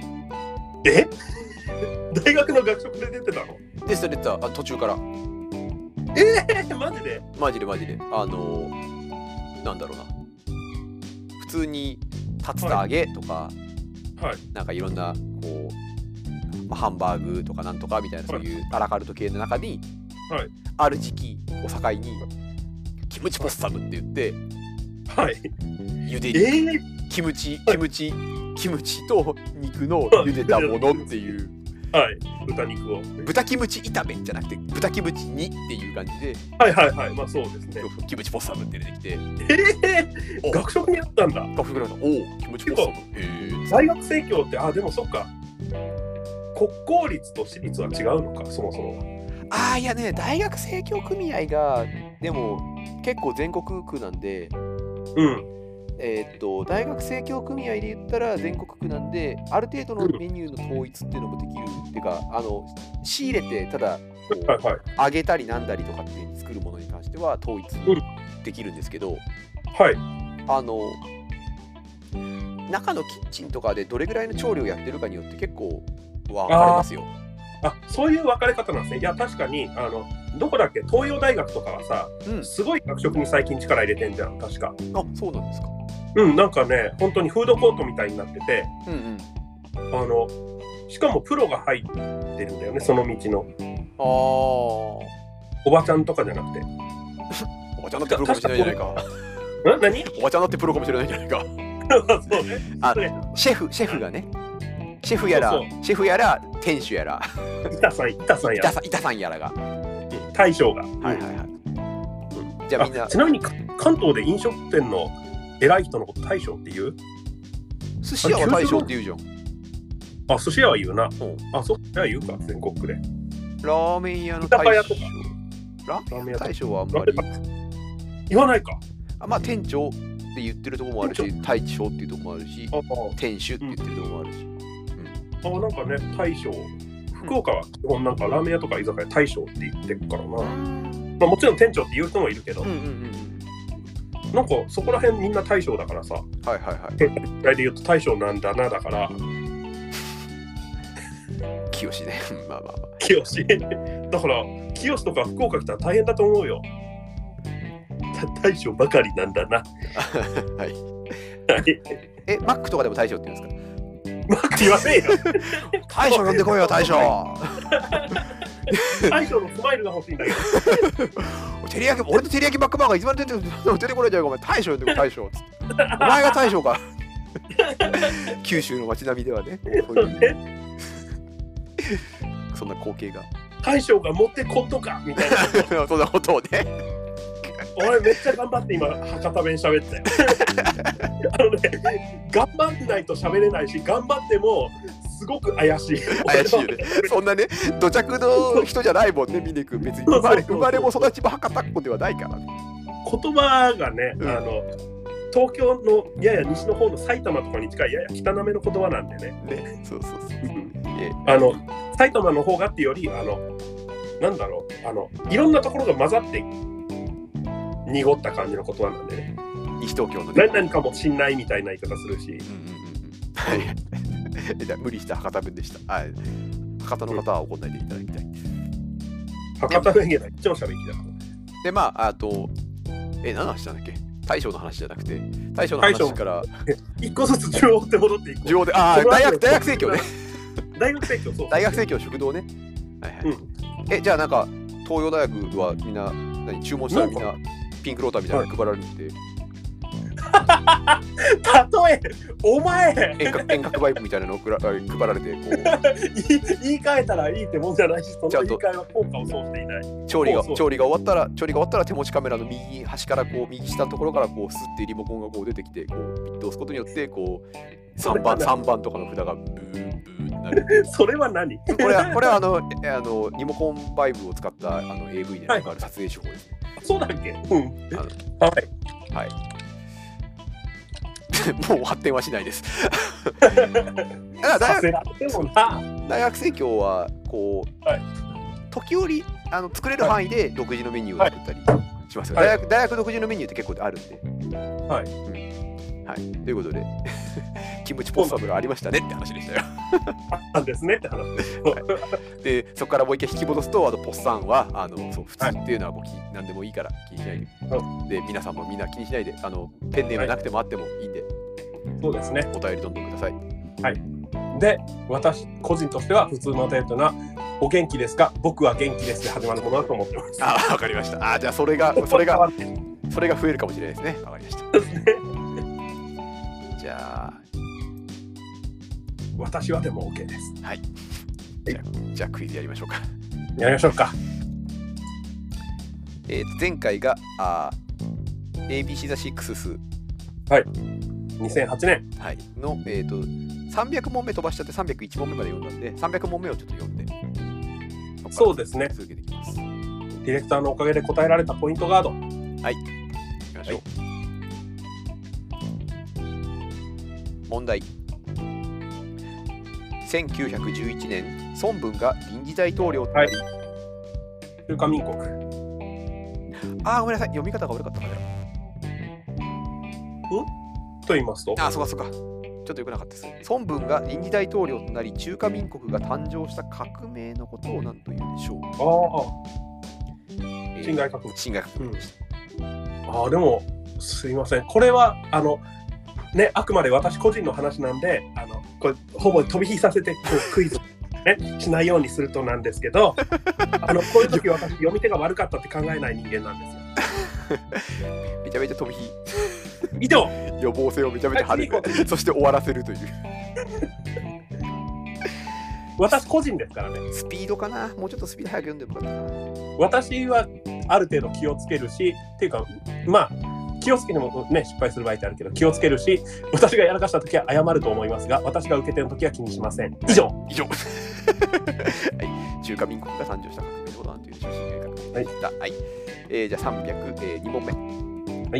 え大学の学食で出てたの？ でした出てたあ途中から。 えー、マジで？ マジでマジで。あのー、なんだろうな。普通に竜田揚げとか、 はい、 なんかいろんなこう。まあ、ハンバーグとかなんとかみたいなそういうアラカルト系の中に、 はい、 ある時期を境にキムチポッサムって言って、 はい、 茹で肉、えー、キムチキムチキムチと肉の茹でたものっていう、 はい、豚肉を豚キムチ炒めじゃなくて豚キムチにっていう感じではいはいはいまあそうですねキムチポッサムって出てきてえー、学食にあったんだ学食にあったおおキムチポッサムへー大学生協ってあでもそっか国公立と私立は違うのかそもそもああいやね大学生協組合がでも結構全国区なんでうんえー、っと大学生協組合で言ったら全国区なんである程度のメニューの統一っていうのもできる、うん、っていうかあの仕入れてただこう、 はいはい、 揚げたりなんだりとかっていう作るものに関しては統一できるんですけど、うん、 はいあの中のキッチンとかでどれぐらいの調理をやってるかによって結構分かれますよ。 あ, あそういう分かれ方なんですね。いや確かにあのどこだっけ東洋大学とかはさ、うん、すごい学食に最近力入れてんじゃん確か。 あそうなんですか。 うんなんかね本当にフードコートみたいになってて、うんうん、あのしかもプロが入ってるんだよねその道の。 あおばちゃんとかじゃなくておばちゃんだってプロかもしれないじゃないか。 ん何おばちゃんだってプロかもしれないじゃないか。 そうね、 あシェフシェフがねシェフやらそうそうシェフやら店主やら板さん板さんやら板さんやらが大将が、 はいはいはい、うん、じゃあみんなちなみに関東で飲食店の偉い人のこと大将って言う？ 寿司屋は大将って言うじゃん。 あ、寿司屋は言うな。 うん、 あ、そっちは言うか、全国区で。 ラーメン屋の大将。 居酒屋とかラーメン屋大将はあんまり。 言わないか。 あ、まあ店長って言ってるところもあるし、大将っていうところもあるし、 ああ店主って言ってるところもあるし。 うん、あ、なんかね、大将。福岡は基本なんかラーメン屋とか居酒屋大将って言ってるからな。まあ、もちろん店長って言う人もいるけど、 うんうんうん、 なんかそこら辺みんな大将だからさ。 はいはいはい。 来で言うと大将なんだなだから。 清ね。まあまあまあ。 清。だから清とか福岡来たら大変だと思うよ。大将ばかりなんだな。 はい。え、マックとかでも大将って言うんですか？ マック言わねえよ。 大将呼んでこいよ、大将。 大将のスマイルが欲しいんだけど。 照り焼き、俺と照り焼きバックバーガーいつまで出て出てこないじゃん、お前。大将呼んでこい、大将。お前が大将か。九州の街並みではね。そんな光景が。 大将が持ってこっとかみたいな。 そんなことをね。 俺めっちゃ頑張って今博多弁喋ってあのね、頑張ってないと喋れないし、頑張ってもすごく怪しい。 怪しいよね。そんなね、土着の人じゃないもんね、峰君。別に生まれ生まれも育ちも博多っ子ではないからね。 言葉がね、 うん、 あの東京のやや西の方の埼玉とかに近いやや汚めの言葉なんでね。 ね、そうそうそう。 あの埼玉の方がっていうより、あのなんだろう、あのいろんなところが混ざって濁った感じの言葉なんでね。 西東京のね。 何かもしんないみたいな言い方するし。うんうんうん、 はい。じゃ無理した博多弁でした。はい。博多の方は怒んないでいただきたい。うん、 博多弁が超しゃべきだから。 で、まあ、あと、え、何の話なんだっけ？大将の話じゃなくて、大将の話から一個ずつ中央って戻っていく。 中央で、ああ、大学大学生協ね。 大学生協、そう。 大学生協食堂ね。はいはい。うん、え、じゃあなんか東洋大学はみんな何注文したらみんなピンクローターみたいなの配られるって。 例えお前遠隔遠隔バイクみたいなのを配られてこう言い換えたらいいってもんじゃないし、その言い換えは効果をそうしていない。 調理が調理が終わったら調理が終わったら手持ちカメラの右端からこう右下のところからこうスッてリモコンがこう出てきてこうピッと押すことによってこうさんばんさんばんとかの札がブーブーってなる。 それは何？ これはこれはあのあのリモコンバイブを使ったあの エーブイ でよくある撮影手法ですね。 そうだっけ？うん。はいはい。もう発展はしないです。大学大学生協はこう、はい、時折あの作れる範囲で独自のメニューを作ったりしますよ。はい、大学大学独自のメニューって結構あるんで。はい。うん、はい。ということで、キムチポッサムがありましたねって話でしたよ。 あんですねって話です。はい、 で、そこからもう一回引き戻すと、あのポッサンはあのそう普通っていうのはこう、はい、何でもいいから気にしないで。はい、で、皆さんもみんな気にしないで、あのペンネームなくてもあってもいいんで。はい、 そうですね。 お便りどんどんください。 はい。で、私個人としては普通のお便りというのはお元気ですか？僕は元気ですで始まるものだと思ってます。 あ、わかりました。あ、じゃあそれがそれがそれが増えるかもしれないですね。わかりました。じゃあ私はでも OK です。 はい。じゃあ、じゃあクイズやりましょうか。 やりましょうか。 えー、前回があ エービーシー ザシックスス。 はい。にせんはちねん、 はい、の、えー、とさんびゃく問目飛ばしちゃってさんびゃくいち問目まで読んだんでさんびゃく問目をちょっと読んでそうですね続けていきます。 ディレクターのおかげで答えられたポイントガード、 はい、いきましょう。はい、問題。せんきゅうひゃくじゅういちねん孫文が臨時大統領となり、はい、 中華民国。 あーごめんなさい、読み方が悪かったかな。 と言いますと、 あ、そうかそうか、ちょっとよくなかったです。孫文が臨時大統領となり中華民国が誕生した革命のことを何と言うでしょう。 ああ、えー、辛亥革命。 辛亥革命でした。 うん、ああ、でもすいません、これはあのね、あくまで私個人の話なんで、あのこれほぼ飛び火させてこうクイズねしないようにするとなんですけど、あのこういう時私読み手が悪かったって考えない人間なんですよ。 めちゃめちゃ飛び火。 以上、 予防性をめちゃめちゃ張る、はい、そして終わらせるという私個人ですからね。 スピードかな、もうちょっとスピード早く読んでもらったな。 私はある程度気をつけるしっていうか、まあ気をつけてもね、失敗する場合ってあるけど、気をつけるし、私がやらかしたときは謝ると思いますが、私が受けてるときは気にしません。以上。 以上。はい。中華民国が誕生した革命のことなんていう中心が革命でした。はい。はい、えー、じゃあさんびゃくに問目。 はい。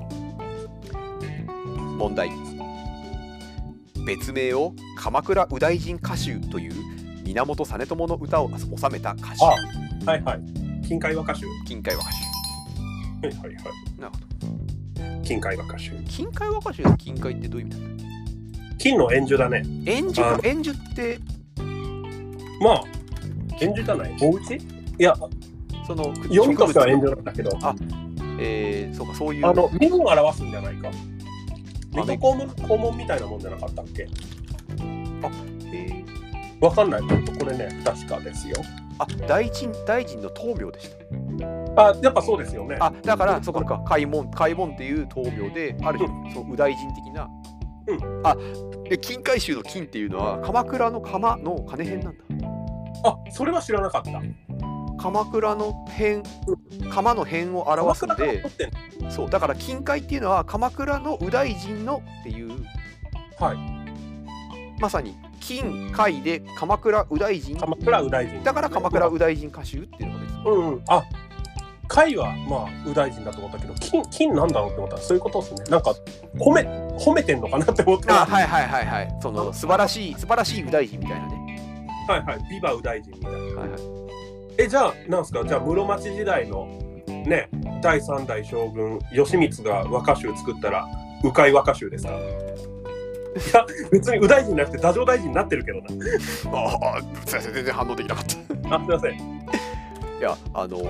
問題。別名を鎌倉右大臣歌集という源実朝の歌を収めた歌集。 あ、はいはい。金海和歌集。 金海和歌集。 はいはいはい。 なるほど。 金海和歌集。 金海和歌集の金海ってどういう意味なんだ？ 金の円珠だね。 円珠か。円珠って。 まあ、円珠じゃない。お家？いや、 その読みとしては円珠なんだけど。 あ、えー、そうか、そういう。 あの、身分を表すんじゃないか。水戸黄門、黄門みたいなもんじゃなかったっけ？ あ、えー、わかんない。これね、確かですよ。 あ、大臣、大臣の灯明でした。 あ、やっぱそうですよね。 あ、だから、そこか、開門、開門っていう灯明で、ある種、うん、その右大臣的な。うん。あ、で、金海舟の金っていうのは、鎌倉の鎌の金編なんだ。 あ、それは知らなかった。 鎌倉の辺、鎌の辺を表すので、そう、だから金海っていうのは鎌倉の右大臣のっていう、 はい、 まさに金海で鎌倉右大臣、 鎌倉右大臣、 だから鎌倉右大臣歌集っていうのが別に、 うんうん、あ、海はまあ右大臣だと思ったけど、金金なんだろうって思ったらそういうことですね。なんか褒め褒めてんのかなって思った。 あ、はいはいはいはい、その素晴らしい素晴らしい右大臣みたいなね。 はいはい、ビバ右大臣みたいな。 はいはい。 え、じゃあなんすか、じゃあ室町時代のね、だいさん代将軍義満が和歌集作ったら鵜飼和歌集ですか？いや別に右大臣じゃなくて太政大臣になってるけどな。 ああ、すいません、全然反応できなかった。 あ、すいません。 いや、あの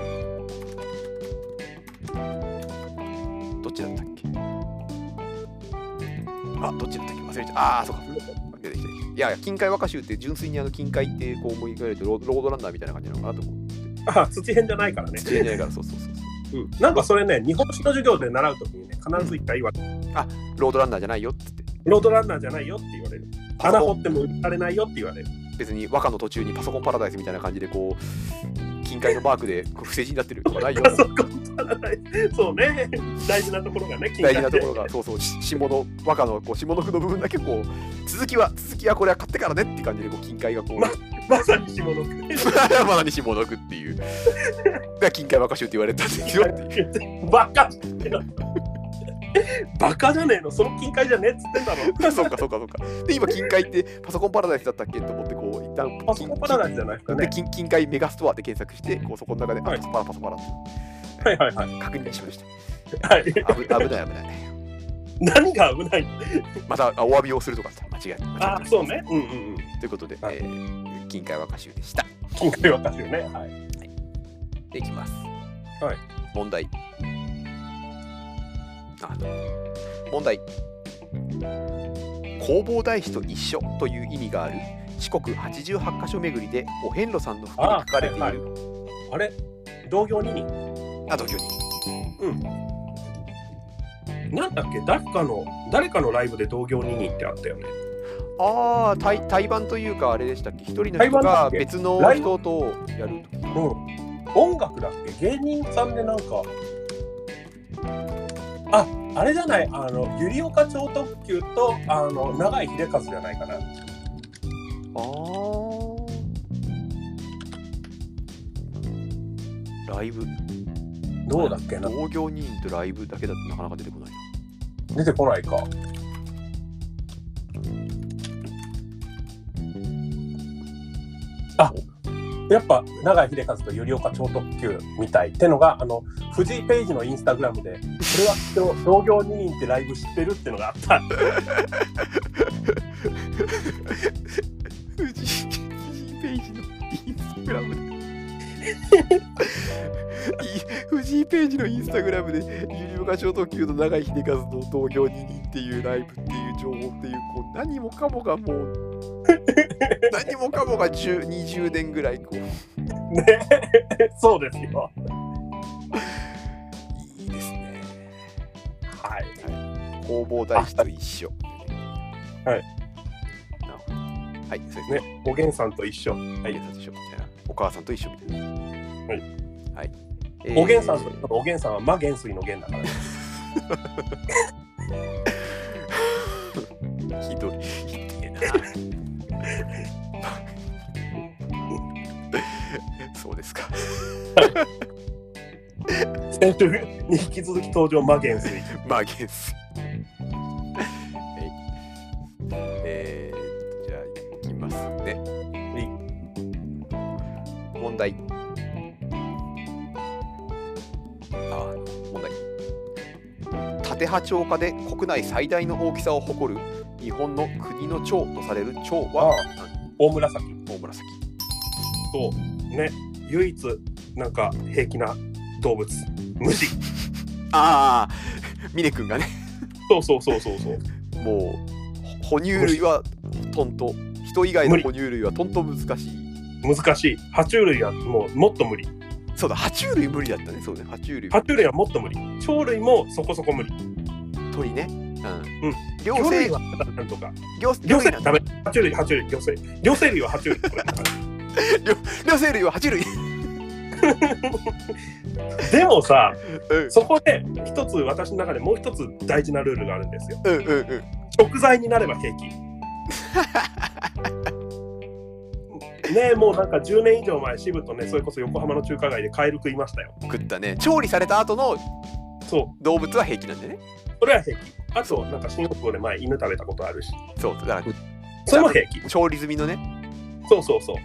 どっちだったっけ？あ、どっちだったっけ？忘れちゃった。ああ、そうか。出てきた。いや、金海和歌集って純粋にあの金海ってこう思い描いてロードランナーみたいな感じなのかなと思って。 あ、土編じゃないからね。 土編じゃないから、そうそうそうそう。 うん、なんかそれね、日本史の授業で習うときにね、必ず一回言われる、 うん。あ、ロードランナーじゃないよって言って。 ロードランナーじゃないよって言われる。穴掘っても売られないよって言われる。 別に和歌の途中にパソコンパラダイスみたいな感じでこう金塊のマークで不正字になってるとかないよ。 パソコンパラダイス、そうね、大事なところがね、 大事なところが、そうそう、下の和歌のこう下の句の部分だけこう続きは続きはこれは買ってからねって感じでこう金塊がこう、 ま、まさに下の句まさに下の句っていうが金塊和歌集って言われたんですよ。 バカってなバカじゃねえの、その金塊じゃねえっつってんだろ。 そうかそうかそうか。で今金塊ってパソコンパラダイスだったっけと思ってこう一旦パソコンパラダイスじゃないですかね。 で金金塊メガストアで検索してこうそこの中で、はい、パラパソパラってはいはいはい確認しました。 はい。 危ない危ない。 何が危ない？ またお詫びをすするとか間違えた。 あ、そうね。うんうんうん。 ということで、 はい、 えー、金塊和歌集でした。 金塊和歌集ね。はい。はい、 でいきます。 はい。 問題。あ問題。弘法大師と一緒という意味がある四国はちじゅうはちか所巡りでお遍路さんの服に書かれている。 あ、はいはい、あれ同行二人。 あ、同行二人。 うん。なんだっけ、誰かの誰かのライブで同行二人ってあったよね。 ああ、対対バンというかあれでしたっけ、一人の人が別の人とやるとき。 うん。音楽だっけ、芸人さんでなんか、あ、あれじゃない、あの百合岡超特急とあの永井秀和じゃないかな。ああ。ライブ。 どうだっけな。 同行二人とライブだけだとなかなか出てこないな。 出てこないか。あ、やっぱ永井秀和と百合岡超特急みたいってのがあの藤井ページのインスタグラムで、これは同行二人ってライブ知ってるってのがあった。 藤井、藤井ページのインスタグラムで藤井ページのインスタグラムで百合岡超特急の永井秀和の同行二人っていうライブっていう情報っていう、こう何もかもがもう何もかもがじゅう、にじゅうねんぐらいこうね、 そうですよ。 いいですね。 はい、 はい、弘法大師と一緒。 はい。 なるほど。はい、そうですね。おげんさんと一緒。 おげんさんと一緒みたいな。お母さんと一緒みたいな。 はい。 はい。 おげんさんとおげんさんは魔元帥の元だからね。 ひどいひでえな。そうですか。 先週に引き続き登場マゲンスイ。 マゲンス。えー、じゃあいきますね。問題。あ、問題。縦波長下で国内最大の大きさを誇る日本の国の蝶とされる蝶は大紫。 大紫。 そうね、唯一なんか平気な動物、虫。 ああ、峰君がね。 そうそうそうそうそう。 もう哺乳類はとんと、人以外の哺乳類はとんと難しい。 難しい。爬虫類はもうもっと無理。 そうだ、爬虫類無理だったね。そうね、爬虫類。 爬虫類はもっと無理。鳥類もそこそこ無理。 鳥ね。うん。 うん。 両魚類生はなんとか。 両両生類ダメ。爬虫類、爬虫類、両生。両生類は爬虫類。 両両生類は爬虫類。 でもさ、 うん、 そこで一つ私の中でもう一つ大事なルールがあるんですよ。 うんうんうん。 食材になれば平気。ねえ、もうなんかじゅうねん以上前、渋とね、それこそ横浜の中華街でカエル食いましたよ。 食ったね。調理された後のそう動物は平気なんでね。 それは平気。あと、なんか新大久保で前、犬食べたことあるし。 そう、だから、 それも平気。 調理済みのね。 そうそうそう。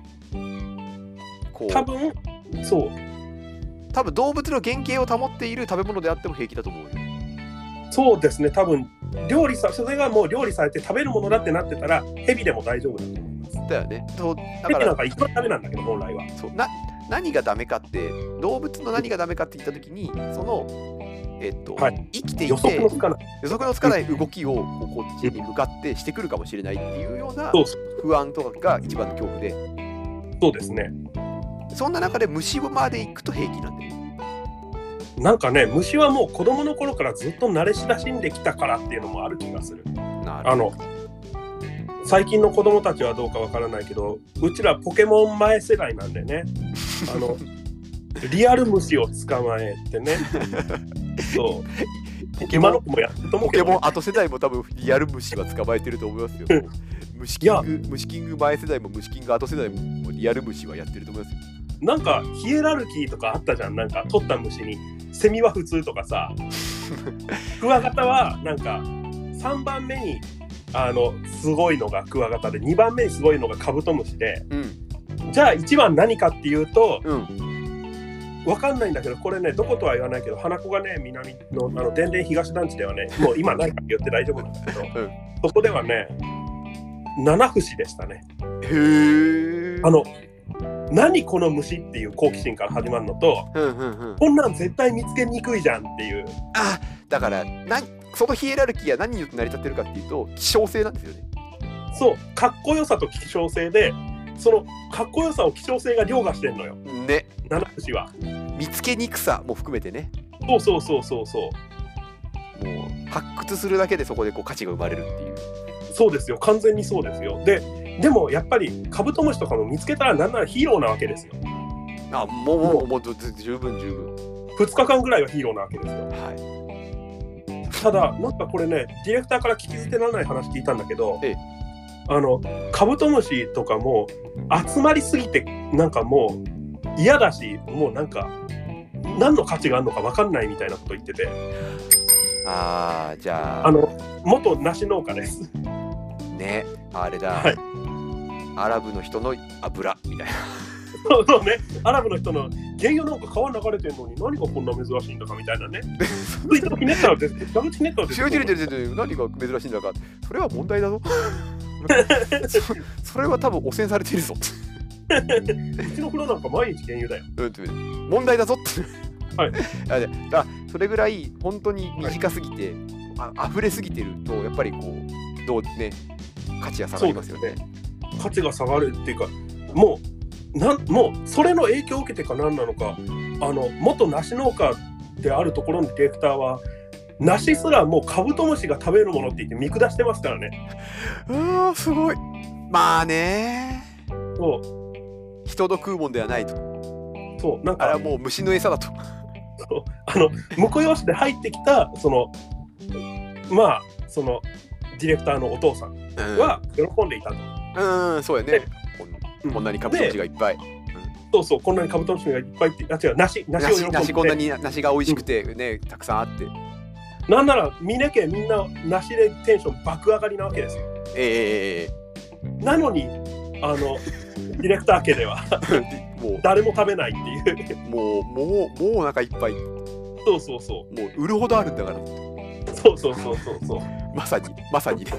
こう多分、そう。 多分動物の原型を保っている食べ物であっても平気だと思うよ。 そうですね、多分料理さ、それがもう料理されて食べるものだってなってたら、ヘビでも大丈夫だと思います。 だよね。そうだヘビからなんか一番ダメなんだけど、本来は。 そうな何がダメかって、動物の何がダメかって言ったときに、その、えっと、はい、生きていて予測のつかない、 予測のつかない動きをこうこっちに向かってしてくるかもしれないっていうような不安とかが一番の恐怖で。 そうですね。 そんな中で虫まで行くと平気なんだよ。 なんかね、虫はもう子供の頃からずっと慣れ親しんできたからっていうのもある気がする。 なるあの最近の子供たちはどうかわからないけど、うちらポケモン前世代なんでね、あのリアル虫を捕まえてね、そうポケモンもやってると思うけど、ね、 ポケモン後世代も多分リアル虫は捕まえてると思いますよ。虫キング、虫キング前世代も虫キング後世代もリアル虫はやってると思いますよ。 なんかヒエラルキーとかあったじゃん。なんか取った虫にセミは普通とかさ、クワガタはなんかさんばんめにあのすごいのがクワガタで、にばんめにすごいのがカブトムシで、うん、じゃあいちばん何かっていうと、うん、分かんないんだけど、これねどことは言わないけど、花子がね南のあの電電東団地ではね、もう今何か言って大丈夫なんだけど、うん、そこではね七節でしたね。 へー。 あの何この虫っていう好奇心から始まるのと、うんうんうん、こんなん絶対見つけにくいじゃんっていう。 あ、だからなそのヒエラルキーは何によって成り立ってるかっていうと、希少性なんですよね。 そう、かっこよさと希少性で、そのかっこよさを希少性が凌駕してんのよね、 七節は。 見つけにくさも含めてね。 そうそうそうそうそう。 もう発掘するだけでそこでこう価値が生まれるっていう。 そうですよ、完全にそうですよ。ででもやっぱりカブトムシとかも見つけたらなんならヒーローなわけですよ。 あ、もうもうもう十分十分。 ふつかかんぐらいはヒーローなわけですよ。 はい。 ただなんかこれね、ディレクターから聞き捨てならない話聞いたんだけど、 ええ、 あのカブトムシとかも集まりすぎてなんかもう嫌だし、もうなんか何の価値があるのか分かんないみたいなこと言ってて。 ああ、じゃああの元梨農家ですね。あれだ、はい、アラブの人の油みたいな。 そうそうね、アラブの人の原油なんか川流れてるのに何がこんな珍しいんだかみたいなね。ついてひねったらです。蛇口ひねったらです。 違う違う違う違う、何が珍しいんだか、それは問題だぞ。そ, それは多分汚染されているぞ。 うちの風呂なんか毎日原油だよ。 うん、問題だぞって。はい。だそれぐらい本当に短すぎて、はい、あ溢れすぎてるとやっぱりこうどうね価値が下がりますよね。 価値が下がるっていうか、もうなんもうそれの影響を受けてか何なのか、あの元梨農家であるところのディレクターは梨すらもうカブトムシが食べるものって言って見下してますからね。 うーすごい。まあね。 そう。 人の食うもんではないと。 そう、なんかあれはもう虫の餌だと。 そうあの婿養子で入ってきたそのまあそのディレクターのお父さんは喜んでいたと。 うん、うん、そうやね。こんこんなにカブトムシがいっぱい。 そうそう、こんなにカブトムシがいっぱいって、あ、違う、梨、梨を喜んで。 梨、こんなに梨が美味しくてね、うん、たくさんあって。 なんなら、峰家みんな梨でテンション爆上がりなわけですよ。 ええー。なのに、あの、ディレクター家ではもう誰も食べないっていう。 もう、もう、もうお腹いっぱい。 そうそうそう。 もう売るほどあるんだから。 そうそうそうそうそう。 まさに、まさにね。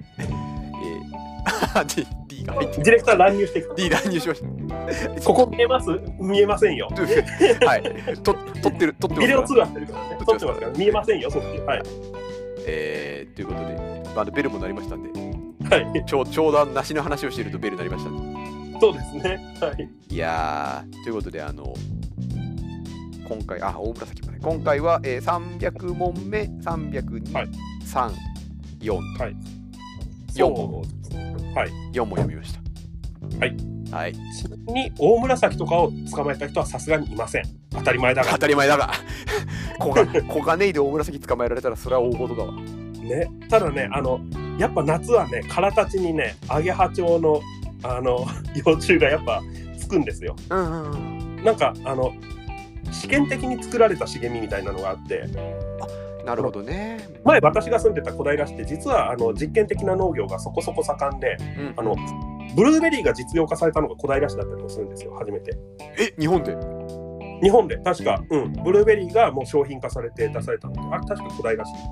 えー、D が入ってディレクター乱入してきた。 D 乱入しました。 ここ見えます？見えませんよ。 はい。と撮ってる、撮ってます。 ビデオ通話してるからね。撮ってますから見えませんよ、そっち。はい。 えー、ということで、あのベルも鳴りましたんで、 はい。 ちょうちょうど梨の話をしているとベル鳴りましたんで。そうですね。はい。 いやー、ということで、あの、今回、あ、大紫まで。今回は、えー、さんびゃく問目、さんびゃくに、はい、さん、よん。 はい。 よん問。 はい。 よん問読みました。 はい。 はい。 ちなみに大紫とかを捕まえた人はさすがにいません。当たり前だが。 当たり前だが。小金井で大紫捕まえられたらそれは大事だわ。 ね。ただね、あのやっぱ夏はね、空たちにね、アゲハチョウのあの幼虫がやっぱつくんですよ。 うんうんうん。 なんかあの試験的に作られた茂みみたいなのがあって。 あ、なるほどね。 前私が住んでた小平市って実はあの実験的な農業がそこそこ盛んで、うん、あのブルーベリーが実用化されたのが小平市だったりもするんですよ、初めて。 え、日本で？ 日本で確か、うん、ブルーベリーがもう商品化されて出されたので、あれ確か小平市。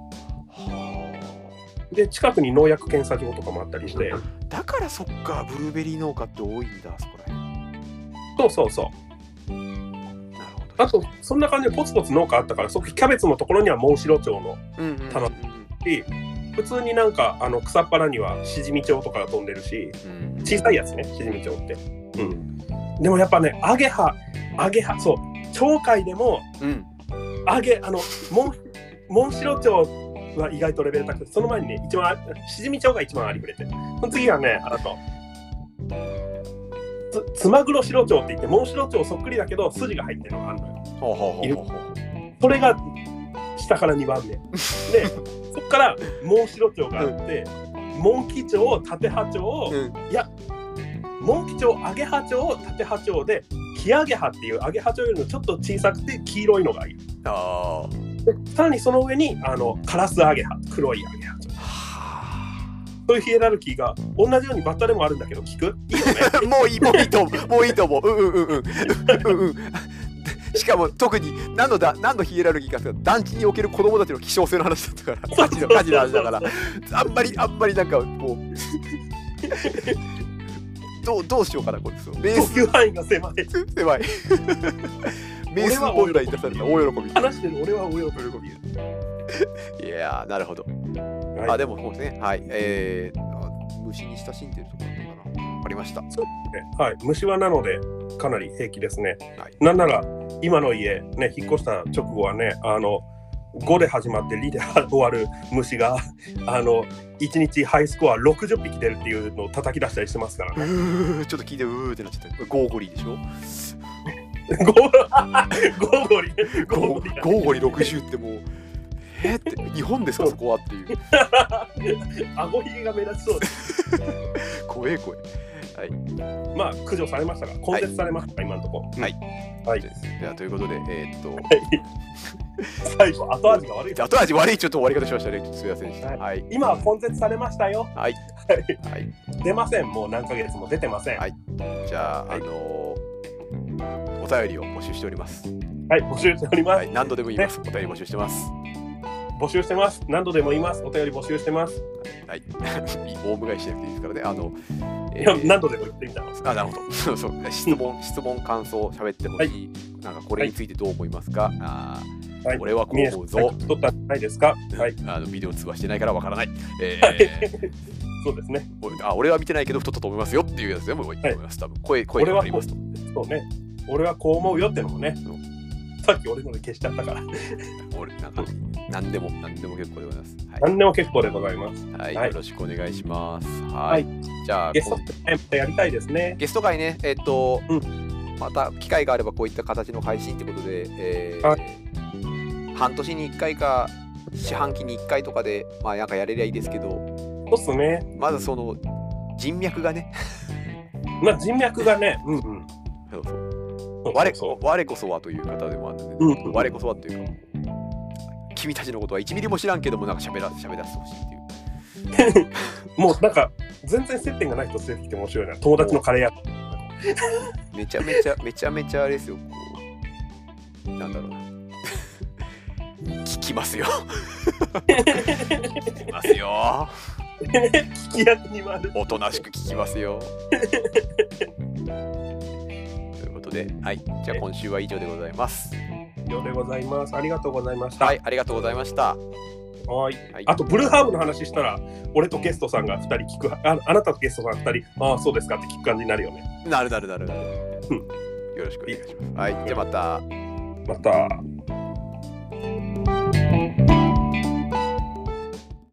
で近くに農薬検査場とかもあったりして。 だからそっか、ブルーベリー農家って多いんだ、そこら辺。そうそうそう。あとそんな感じでポツポツ農家あったから、そこキャベツのところにはモンシロチョウの棚し、普通になんかあの草っぱらにはシジミチョウとかが飛んでるし、うん、小さいやつね、シジミチョウって、うん、でもやっぱね、アゲハアゲハそう鳥海でも、うん、アゲあのモンモンシロチョウは意外とレベル高くて、その前にね、一番シジミチョウが一番ありふれて、その次はね、あとつつまぐろシロチョウって言って、モンシロチョウそっくりだけど筋が入ってるのがあるのよ。ほうほうほうほう。それが下からにばんめで、そこからモンシロチョウがあって、うん、モンキチョウ、タテハチョウ、うん、いやモンキチョウ、アゲハチョウ、タテハチョウで、キアゲハっていうアゲハチョウよりもちょっと小さくて黄色いのがいる。あでさらにその上にあのカラスアゲハ、黒いアゲハチョウ。そういうヒエラルキーが同じようにバッタでもあるんだけど、聞く？いいよね。 もういい、もういいと思う。もういいと思う。うんうんうんうん。うんうん。しかも特に何のだ何のヒエラルキーかって団地における子供たちの希少性の話だったから、火事の火事の話だから、あんまりあんまりなんかもうどうどうしようかなこれ。 訴求範囲が狭い。 狭い。名数問題出された大喜び。 話してる俺は大喜び。いやー、なるほど。はい、あでもそうですね。はい。えー、虫に親しんでるところかな。ありました。 そうですね。はい。虫はなのでかなり平気ですね。はい、なんなら今の家ね、引っ越した直後はね、あのごで始まってリで終わる虫があのいちにちハイスコアろくじゅっぴき出るっていうのを叩き出したりしてますからね。 うーちょっと聞いてうーってなっちゃった。ゴーゴリでしょ。 ゴーゴリゴーゴリろくじゅうってもうえー、って日本ですかそこはっていう。 顎ひげが目立ちそうです。 怖え怖え。はい。 まあ駆除されましたが、根絶されました、はい、今のところ。 はい。 はい。 ではということで、えー、っと、 最後後味が悪い。 後味悪いちょっと終わり方しましたね。すみませんでした。はい。 はい、今は根絶されましたよ。 はい。 はい。出ません。もう何ヶ月も出てません。 はい。じゃあ、はい、あのー、お便りを募集しております。 はい、募集しております。はい、 何度でも言います。ね、お便り募集してます。 募集してます。何度でも言います。お便り募集してます。 はい。大迎えしなくていいですからね。あの、 えー、何度でも言ってみた。 あ、なるほど。そうそう。質問、質問、感想、喋ってほしい、はい。なんかこれについてどう思いますか。はい、あはい、俺はこう思うぞ。 取ったないですか。はい。 あのビデオ通話してないからわからない。えー、そうですね。 あ、俺は見てないけど太ったと思いますよっていうやつでもいいと思います。多分声声がありますと。 そうね。俺はこう思うよってのもね。さっき俺ので消しちゃったから。 俺なんか何でも何でも結構でございます。 はい、何でも結構でございます。 はい、はい、よろしくお願いします。はい。はい、じゃあゲスト会やりたいですね。 ゲスト会ね、えっと、うん、 また機会があればこういった形の配信ということで、えーは半年にいっかいか四半期にいっかいとかで、まあなんかやれりゃいいですけど、 そうっすね。 まずその人脈がね、 まあ人脈がね、うんうん。 そうそうそう我そう我こそはという方でもあるので、 うんうん我こそはというか、君たちのことはいちミリも知らんけどもなんか喋ら喋らせてほしいっていう。 もうなんか全然接点がない人連れてきて面白いな。友達のカレー屋。 めちゃめちゃめちゃめちゃあれですよ。こうなんだろうな。聞きますよ。聞きますよ。 聞き役に回る。 おとなしく聞きますよ。ということで、はい、じゃあ今週は以上でございます。 以上でございます。ありがとうございました。 はい、ありがとうございました。 はい。 はいあとブルーハーブの話したら、俺とゲストさんがふたり聞く、あ、あなたとゲストさんふたり、ああそうですかって聞く感じになるよね。 なるなるなるなる。 うんよろしくお願いします。はい、じゃあまた。 また。